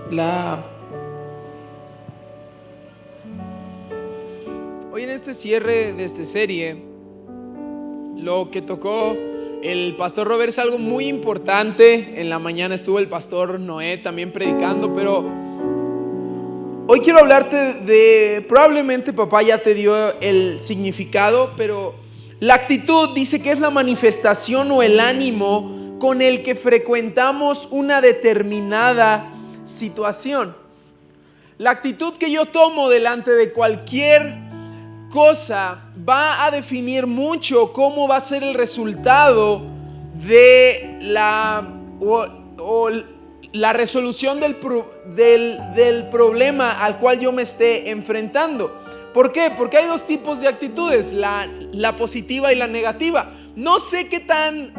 Hoy en este cierre de esta serie, lo que tocó el pastor Robert es algo muy importante. En la mañana estuvo el pastor Noé también predicando, pero hoy quiero hablarte de, probablemente papá ya te dio el significado, pero la actitud dice que es la manifestación o el ánimo con el que frecuentamos una determinada situación. La actitud que yo tomo delante de cualquier cosa va a definir mucho cómo va a ser el resultado de la resolución del problema al cual yo me esté enfrentando. ¿Por qué? Porque hay dos tipos de actitudes, la positiva y la negativa. No sé qué tan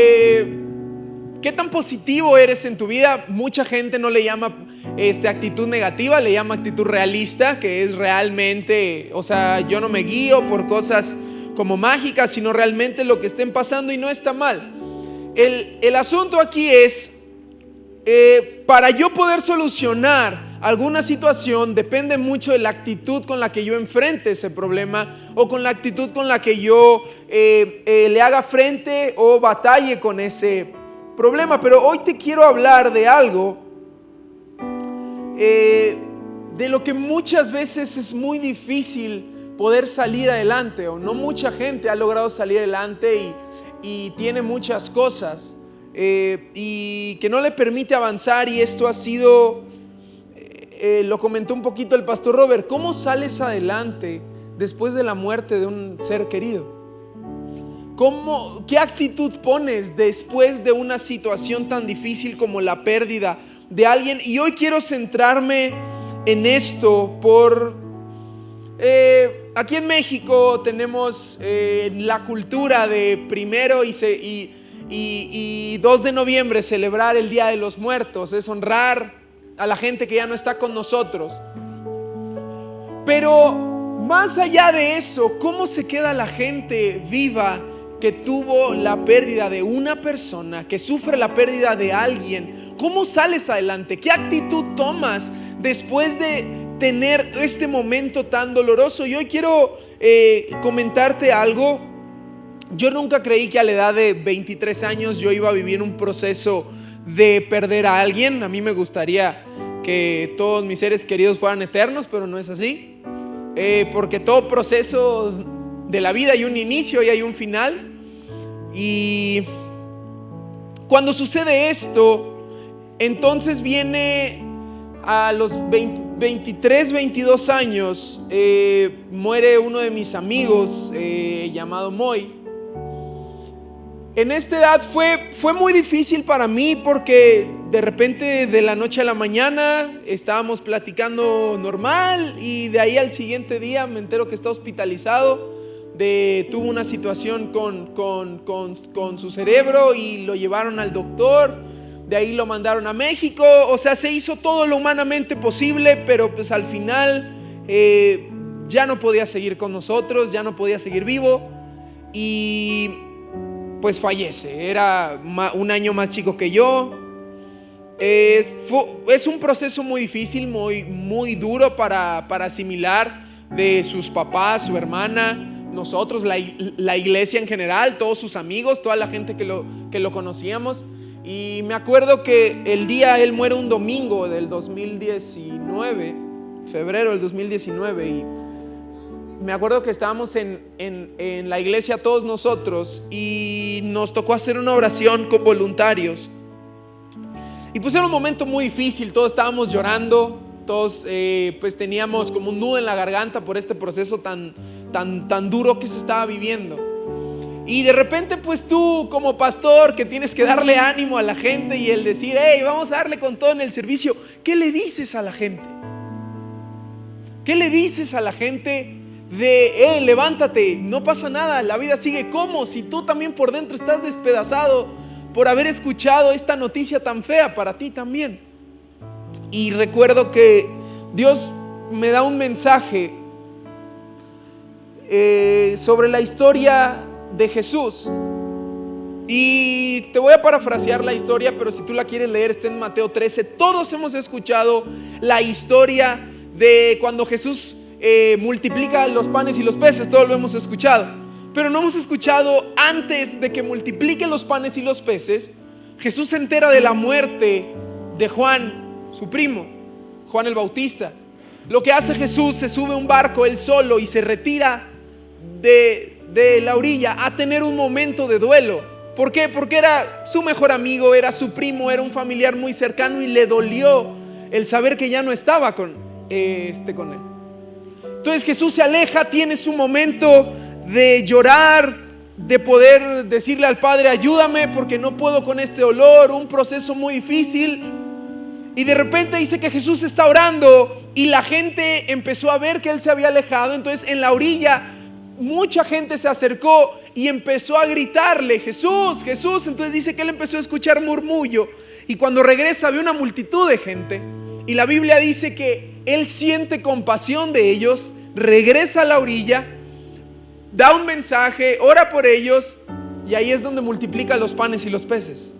positivo eres en tu vida. Mucha gente no le llama actitud negativa, le llama actitud realista, que es realmente, o sea, yo no me guío por cosas como mágicas, sino realmente lo que estén pasando, y no está mal. El asunto aquí es, para yo poder solucionar alguna situación, depende mucho de la actitud con la que yo enfrente ese problema, o con la actitud con la que yo le haga frente o batalle con ese problema. Pero hoy te quiero hablar de algo de lo que muchas veces es muy difícil poder salir adelante, o no mucha gente ha logrado salir adelante y tiene muchas cosas y que no le permite avanzar. Y esto ha sido, lo comentó un poquito el pastor Robert: ¿cómo sales adelante después de la muerte de un ser querido? ¿Qué actitud pones después de una situación tan difícil como la pérdida de alguien? Y hoy quiero centrarme en esto aquí en México tenemos la cultura de 1 y 2 de noviembre celebrar el Día de los Muertos, es honrar a la gente que ya no está con nosotros. Pero más allá de eso, ¿cómo se queda la gente viva que tuvo la pérdida de una persona, que sufre la pérdida de alguien? ¿Cómo sales adelante? ¿Qué actitud tomas después de tener este momento tan doloroso? Y hoy quiero comentarte algo. Yo nunca creí que a la edad de 23 años yo iba a vivir un proceso de perder a alguien. A mí me gustaría que todos mis seres queridos fueran eternos, pero no es así. Porque todo proceso de la vida hay un inicio y hay un final. Y cuando sucede esto, entonces viene a los 23, 22 años, muere uno de mis amigos llamado Moy. En esta edad fue muy difícil para mí, porque de repente, de la noche a la mañana, estábamos platicando normal y de ahí al siguiente día me entero que está hospitalizado. Tuvo una situación con su cerebro y lo llevaron al doctor. De ahí lo mandaron a México. O sea, se hizo todo lo humanamente posible, pero pues al final ya no podía seguir con nosotros, ya no podía seguir vivo, y pues fallece. Era un año más chico que yo. Es un proceso muy difícil, muy, muy duro para asimilar, de sus papás, su hermana, nosotros, la iglesia en general, todos sus amigos, toda la gente que lo conocíamos. Y me acuerdo que él muere un domingo del 2019, febrero del 2019, y me acuerdo que estábamos en la iglesia todos nosotros, y nos tocó hacer una oración con voluntarios. Y pues era un momento muy difícil, todos estábamos llorando, todos pues teníamos como un nudo en la garganta por este proceso tan duro que se estaba viviendo. Y de repente, pues tú como pastor, que tienes que darle ánimo a la gente y el decir: hey, vamos a darle con todo en el servicio, ¿qué le dices a la gente? ¿Qué le dices a la gente de levántate, no pasa nada, la vida sigue? ¿Cómo? Si tú también por dentro estás despedazado por haber escuchado esta noticia tan fea para ti también. Y recuerdo que Dios me da un mensaje sobre la historia de Jesús. Y te voy a parafrasear la historia, pero si tú la quieres leer, está en Mateo 13. Todos hemos escuchado la historia de cuando Jesús multiplica los panes y los peces. Todos lo hemos escuchado, pero no hemos escuchado antes de que multiplique los panes y los peces. Jesús se entera de la muerte de Juan, su primo, Juan el Bautista. Lo que hace Jesús, se sube a un barco él solo y se retira de la orilla a tener un momento de duelo. ¿Por qué? Porque era su mejor amigo, era su primo, era un familiar muy cercano y le dolió el saber que ya no estaba con él. Entonces Jesús se aleja, tiene su momento de llorar, de poder decirle al Padre: ayúdame porque no puedo con este dolor, un proceso muy difícil. Y de repente dice que Jesús está orando y la gente empezó a ver que él se había alejado. Entonces en la orilla mucha gente se acercó y empezó a gritarle: Jesús, Jesús. Entonces dice que él empezó a escuchar murmullo, y cuando regresa ve una multitud de gente, y la Biblia dice que él siente compasión de ellos, regresa a la orilla, da un mensaje, ora por ellos, y ahí es donde multiplica los panes y los peces.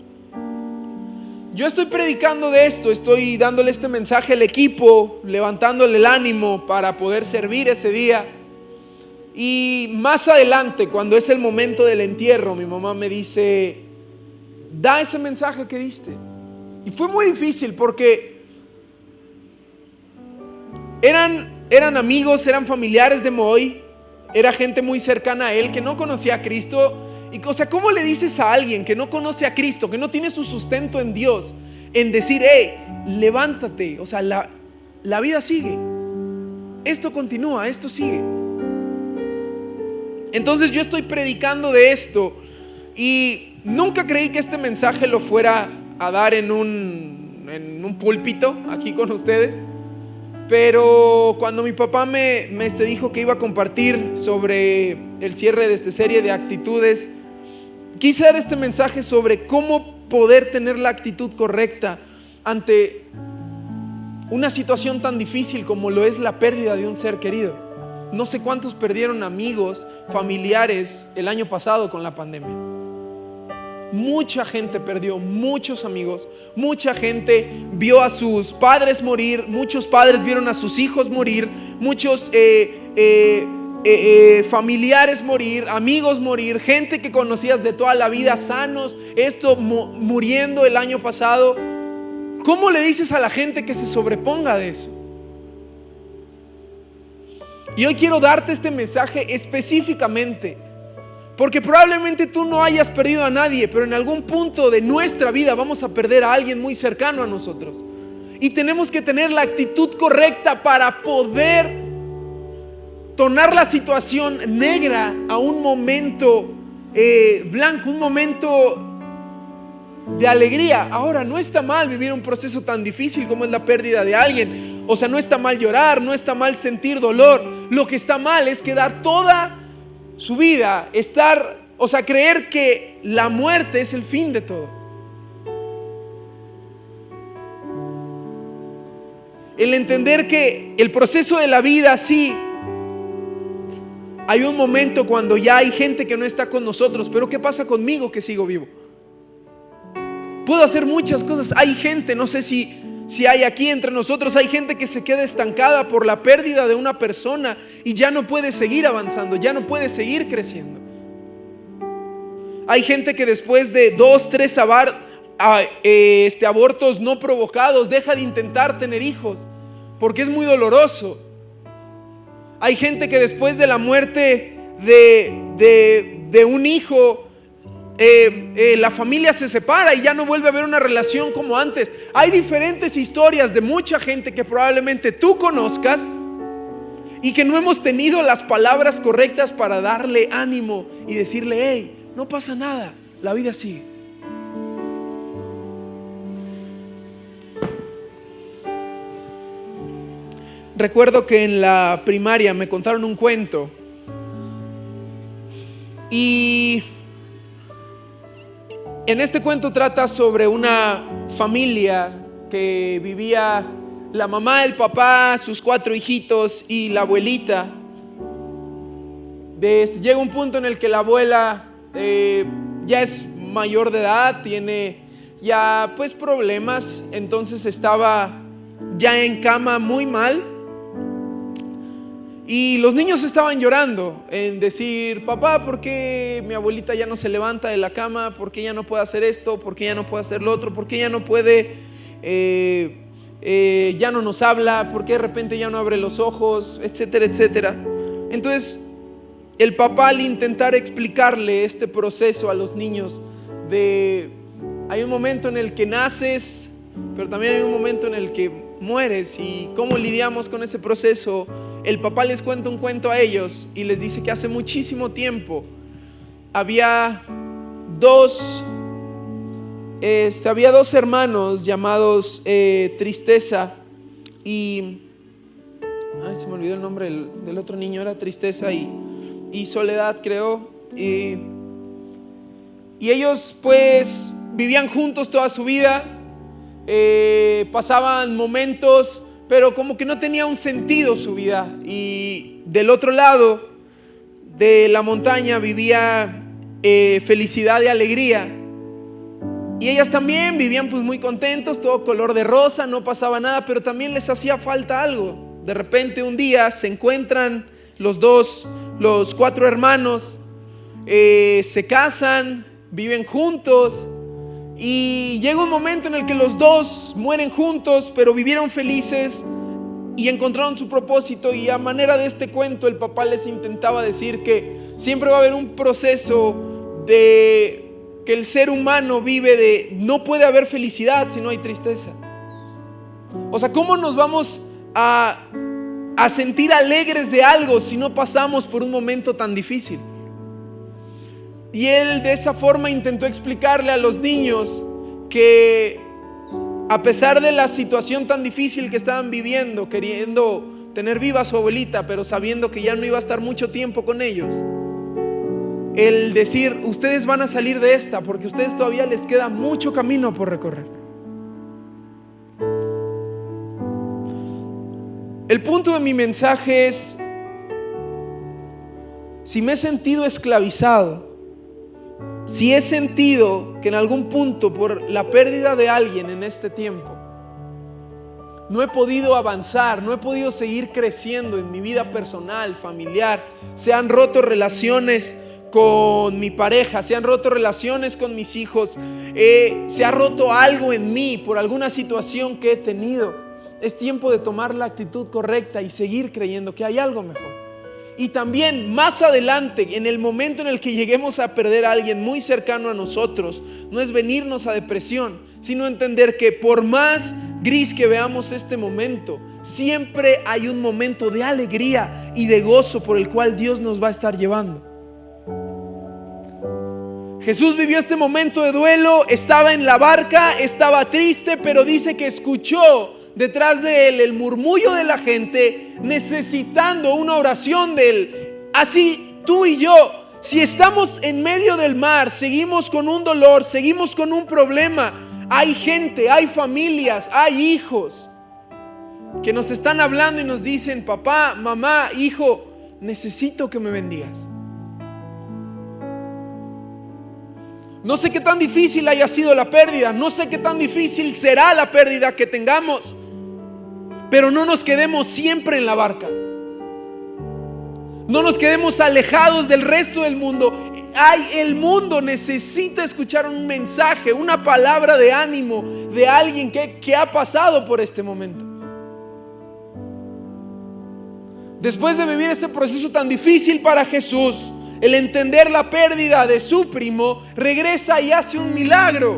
Yo estoy predicando de esto, estoy dándole este mensaje al equipo, levantándole el ánimo para poder servir ese día. Y más adelante, cuando es el momento del entierro, mi mamá me dice: da ese mensaje que diste. Y fue muy difícil porque eran amigos, eran familiares de Moy, era gente muy cercana a él que no conocía a Cristo. Y, o sea, ¿cómo le dices a alguien que no conoce a Cristo, que no tiene su sustento en Dios, en decir: hey, levántate? O sea, la vida sigue, esto continúa, esto sigue. Entonces yo estoy predicando de esto y nunca creí que este mensaje lo fuera a dar en un púlpito aquí con ustedes. Pero cuando mi papá me dijo que iba a compartir sobre el cierre de esta serie de actitudes, quise dar este mensaje sobre cómo poder tener la actitud correcta ante una situación tan difícil como lo es la pérdida de un ser querido. No sé cuántos perdieron amigos, familiares el año pasado con la pandemia. Mucha gente perdió muchos amigos, mucha gente vio a sus padres morir, muchos padres vieron a sus hijos morir, muchos familiares morir, amigos morir, gente que conocías de toda la vida sanos, muriendo el año pasado. ¿Cómo le dices a la gente que se sobreponga de eso? Y hoy quiero darte este mensaje específicamente porque probablemente tú no hayas perdido a nadie, pero en algún punto de nuestra vida vamos a perder a alguien muy cercano a nosotros. Y tenemos que tener la actitud correcta para poder tornar la situación negra a un momento blanco, un momento de alegría. Ahora, no está mal vivir un proceso tan difícil como es la pérdida de alguien. O sea, no está mal llorar, no está mal sentir dolor. Lo que está mal es quedar toda su vida, creer que la muerte es el fin de todo. El entender que el proceso de la vida, sí, hay un momento cuando ya hay gente que no está con nosotros, pero ¿qué pasa conmigo que sigo vivo? Puedo hacer muchas cosas. Hay gente, no sé si hay aquí entre nosotros, hay gente que se queda estancada por la pérdida de una persona y ya no puede seguir avanzando, ya no puede seguir creciendo. Hay gente que después de 2, 3 abortos no provocados deja de intentar tener hijos porque es muy doloroso. Hay gente que después de la muerte de un hijo, la familia se separa y ya no vuelve a haber una relación como antes. Hay diferentes historias de mucha gente que probablemente tú conozcas y que no hemos tenido las palabras correctas para darle ánimo y decirle: hey, no pasa nada, la vida sigue. Recuerdo que en la primaria me contaron un cuento y en este cuento trata sobre una familia que vivía la mamá, el papá, sus 4 hijitos y la abuelita. Llega un punto en el que la abuela ya es mayor de edad, tiene ya pues problemas, entonces estaba ya en cama muy mal. Y los niños estaban llorando en decir: papá, ¿por qué mi abuelita ya no se levanta de la cama? ¿Por qué ella no puede hacer esto? ¿Por qué ella no puede hacer lo otro? ¿Por qué ella no puede, ya no nos habla? ¿Por qué de repente ya no abre los ojos? Etcétera, etcétera. Entonces el papá, al intentar explicarle este proceso a los niños hay un momento en el que naces, pero también hay un momento en el que mueres, y cómo lidiamos con ese proceso. El papá les cuenta un cuento a ellos y les dice que hace muchísimo tiempo había dos hermanos llamados Tristeza y se me olvidó el nombre del otro niño. Era Tristeza y Soledad, creo. Y ellos pues vivían juntos toda su vida, pasaban momentos, pero como que no tenía un sentido su vida. Y del otro lado de la montaña vivía Felicidad y Alegría. Y ellas también vivían pues muy contentos, todo color de rosa, no pasaba nada, pero también les hacía falta algo. De repente un día se encuentran los cuatro hermanos, se casan, viven juntos, y llega un momento en el que los dos mueren juntos, pero vivieron felices y encontraron su propósito. Y a manera de este cuento, el papá les intentaba decir que siempre va a haber un proceso de que el ser humano vive no puede haber felicidad si no hay tristeza. O sea, ¿cómo nos vamos a sentir alegres de algo si no pasamos por un momento tan difícil? Y él de esa forma intentó explicarle a los niños que a pesar de la situación tan difícil que estaban viviendo, queriendo tener viva a su abuelita, pero sabiendo que ya no iba a estar mucho tiempo con ellos, el decir: ustedes van a salir de esta, porque a ustedes todavía les queda mucho camino por recorrer. El punto de mi mensaje es: si me he sentido esclavizado, si he sentido que en algún punto, por la pérdida de alguien en este tiempo, no he podido avanzar, no he podido seguir creciendo en mi vida personal, familiar, se han roto relaciones con mi pareja, se han roto relaciones con mis hijos, se ha roto algo en mí por alguna situación que he tenido, es tiempo de tomar la actitud correcta y seguir creyendo que hay algo mejor. Y también más adelante, en el momento en el que lleguemos a perder a alguien muy cercano a nosotros, no es venirnos a depresión, sino entender que por más gris que veamos este momento, siempre hay un momento de alegría y de gozo por el cual Dios nos va a estar llevando. Jesús vivió este momento de duelo, estaba en la barca, estaba triste, pero dice que escuchó detrás de él el murmullo de la gente necesitando una oración de él. Así tú y yo, si estamos en medio del mar, seguimos con un dolor, seguimos con un problema, hay gente, hay familias, hay hijos que nos están hablando y nos dicen: papá, mamá, hijo, necesito que me bendigas. No sé qué tan difícil haya sido la pérdida, no sé qué tan difícil será la pérdida que tengamos, pero no nos quedemos siempre en la barca. No nos quedemos alejados del resto del mundo. El mundo necesita escuchar un mensaje, una palabra de ánimo de alguien que ha pasado por este momento. Después de vivir este proceso tan difícil para Jesús, el entender la pérdida de su primo, regresa y hace un milagro,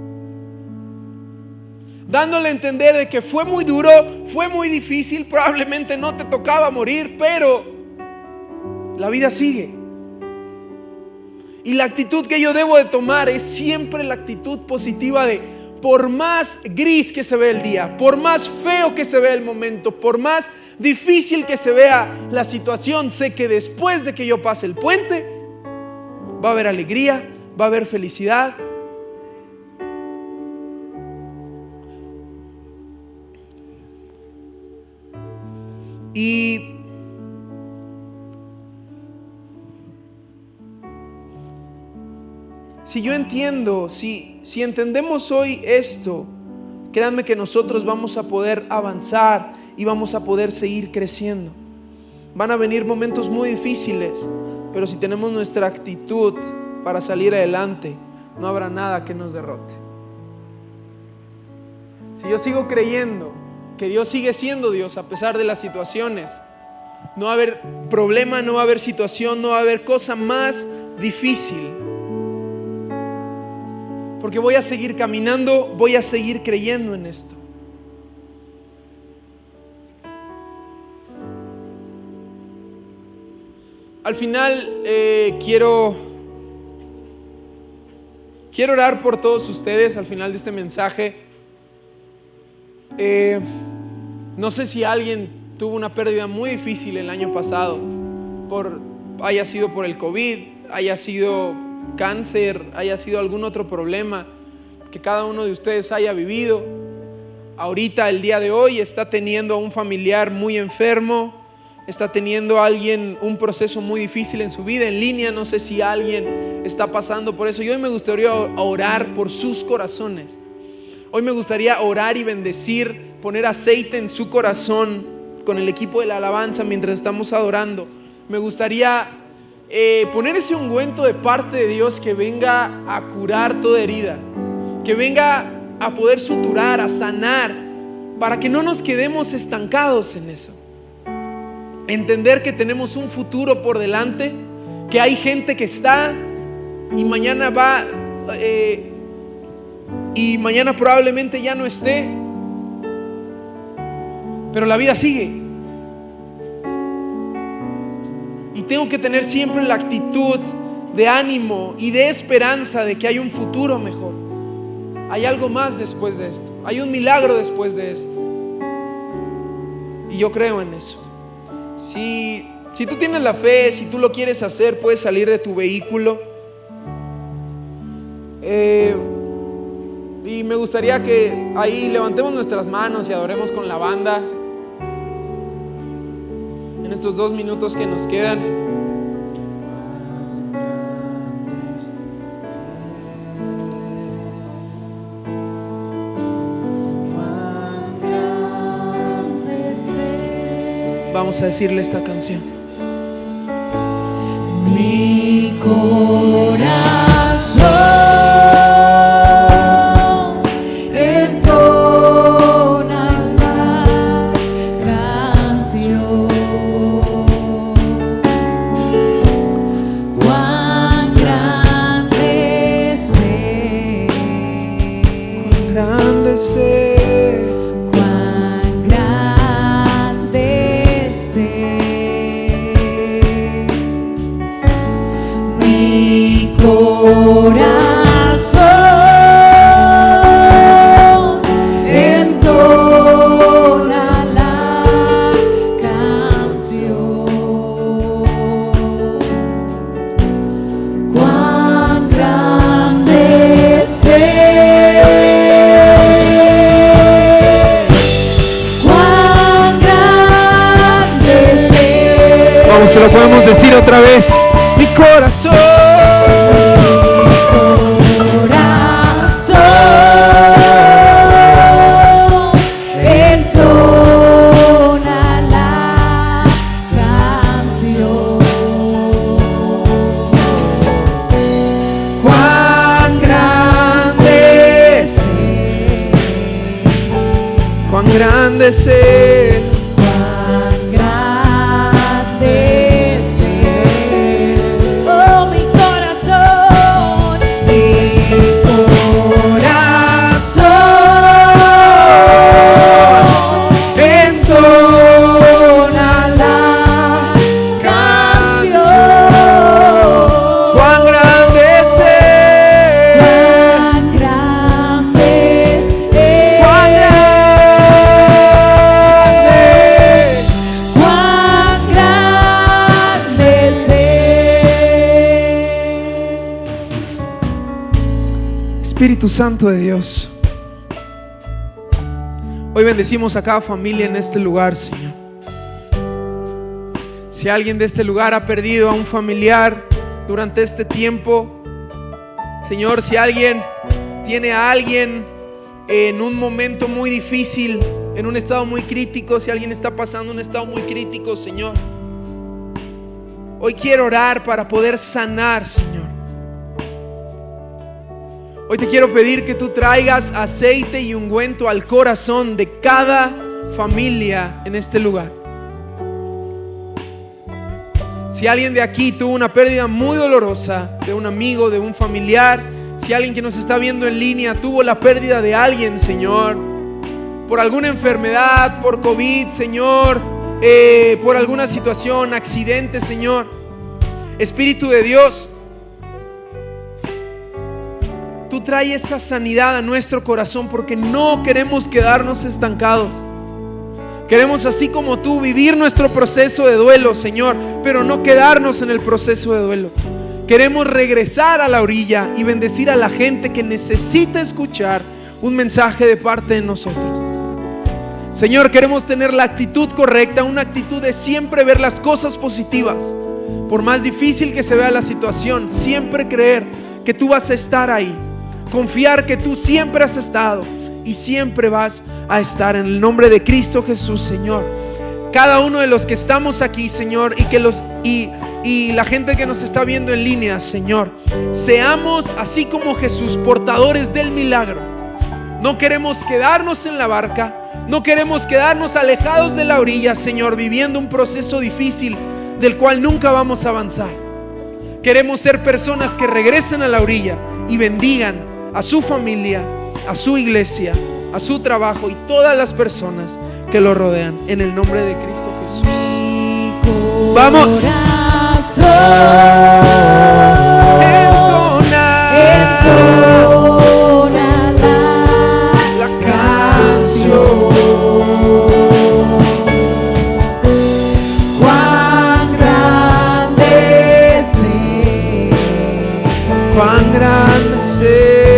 dándole a entender de que fue muy duro, fue muy difícil, probablemente no te tocaba morir, pero la vida sigue. Y la actitud que yo debo de tomar es siempre la actitud positiva de: por más gris que se vea el día, por más feo que se vea el momento, por más difícil que se vea la situación, sé que después de que yo pase el puente va a haber alegría, va a haber felicidad. Y Si yo entiendo, si entendemos hoy esto, créanme que nosotros vamos a poder avanzar y vamos a poder seguir creciendo. Van a venir momentos muy difíciles, pero si tenemos nuestra actitud para salir adelante, no habrá nada que nos derrote. Si yo sigo creyendo que Dios sigue siendo Dios a pesar de las situaciones, no va a haber problema, no va a haber situación, no va a haber cosa más difícil. Porque voy a seguir caminando, voy a seguir creyendo en esto. Al final quiero orar por todos ustedes al final de este mensaje. No sé si alguien tuvo una pérdida muy difícil el año pasado, haya sido por el COVID, haya sido cáncer, haya sido algún otro problema que cada uno de ustedes haya vivido. Ahorita, el día de hoy, está teniendo a un familiar muy enfermo, está teniendo a alguien un proceso muy difícil en su vida en línea. No sé si alguien está pasando por eso. Y hoy me gustaría orar por sus corazones. Hoy me gustaría orar y bendecir, poner aceite en su corazón con el equipo de la alabanza mientras estamos adorando. Me gustaría poner ese ungüento de parte de Dios que venga a curar toda herida, que venga a poder suturar, a sanar, para que no nos quedemos estancados en eso. Entender que tenemos un futuro por delante, que hay gente que está y mañana va y mañana probablemente ya no esté, pero la vida sigue. Y tengo que tener siempre la actitud de ánimo y de esperanza de que hay un futuro mejor. Hay algo más después de esto. Hay un milagro después de esto. Y yo creo en eso. Si tú tienes la fe, si tú lo quieres hacer, puedes salir de tu vehículo. Y me gustaría que ahí levantemos nuestras manos y adoremos con la banda en estos 2 minutos que nos quedan. Vamos a decirle esta canción. Mi corazón entona esta canción. Cuán grande es Él. Cuán grande es Él. Corazón entona la canción. Cuán grande es Él. Cuán grande es Él. Vamos, se lo podemos decir otra vez. Mi corazón entona la canción. cuán grande es Él. Cuán grande es Él. Espíritu Santo de Dios, hoy bendecimos a cada familia en este lugar, Señor. Si alguien de este lugar ha perdido a un familiar durante este tiempo, Señor, si alguien tiene a alguien en un momento muy difícil, en un estado muy crítico, si alguien está pasando un estado muy crítico, Señor, hoy quiero orar para poder sanar, Señor. Hoy te quiero pedir que tú traigas aceite y ungüento al corazón de cada familia en este lugar. Si alguien de aquí tuvo una pérdida muy dolorosa de un amigo, de un familiar, si alguien que nos está viendo en línea tuvo la pérdida de alguien, Señor, por alguna enfermedad, por COVID, Señor, por alguna situación, accidente, Señor, Espíritu de Dios, tú trae esa sanidad a nuestro corazón, porque no queremos quedarnos estancados. Queremos, así como tú, vivir nuestro proceso de duelo, Señor, pero no quedarnos en el proceso de duelo. Queremos regresar a la orilla y bendecir a la gente que necesita escuchar un mensaje de parte de nosotros. Señor, queremos tener la actitud correcta, una actitud de siempre ver las cosas positivas. Por más difícil que se vea la situación, siempre creer que tú vas a estar ahí. Confiar que tú siempre has estado y siempre vas a estar, en el nombre de Cristo Jesús, Señor. Cada uno de los que estamos aquí, Señor, y la gente que nos está viendo en línea, Señor, seamos así como Jesús, portadores del milagro. No queremos quedarnos en la barca, no queremos quedarnos alejados de la orilla, Señor, viviendo un proceso difícil del cual nunca vamos a avanzar. Queremos ser personas que regresen a la orilla y bendigan a su familia, a su iglesia, a su trabajo y todas las personas que lo rodean, en el nombre de Cristo Jesús. Vamos. Entona la canción. Cuán grande es Él. Cuán grande es Él.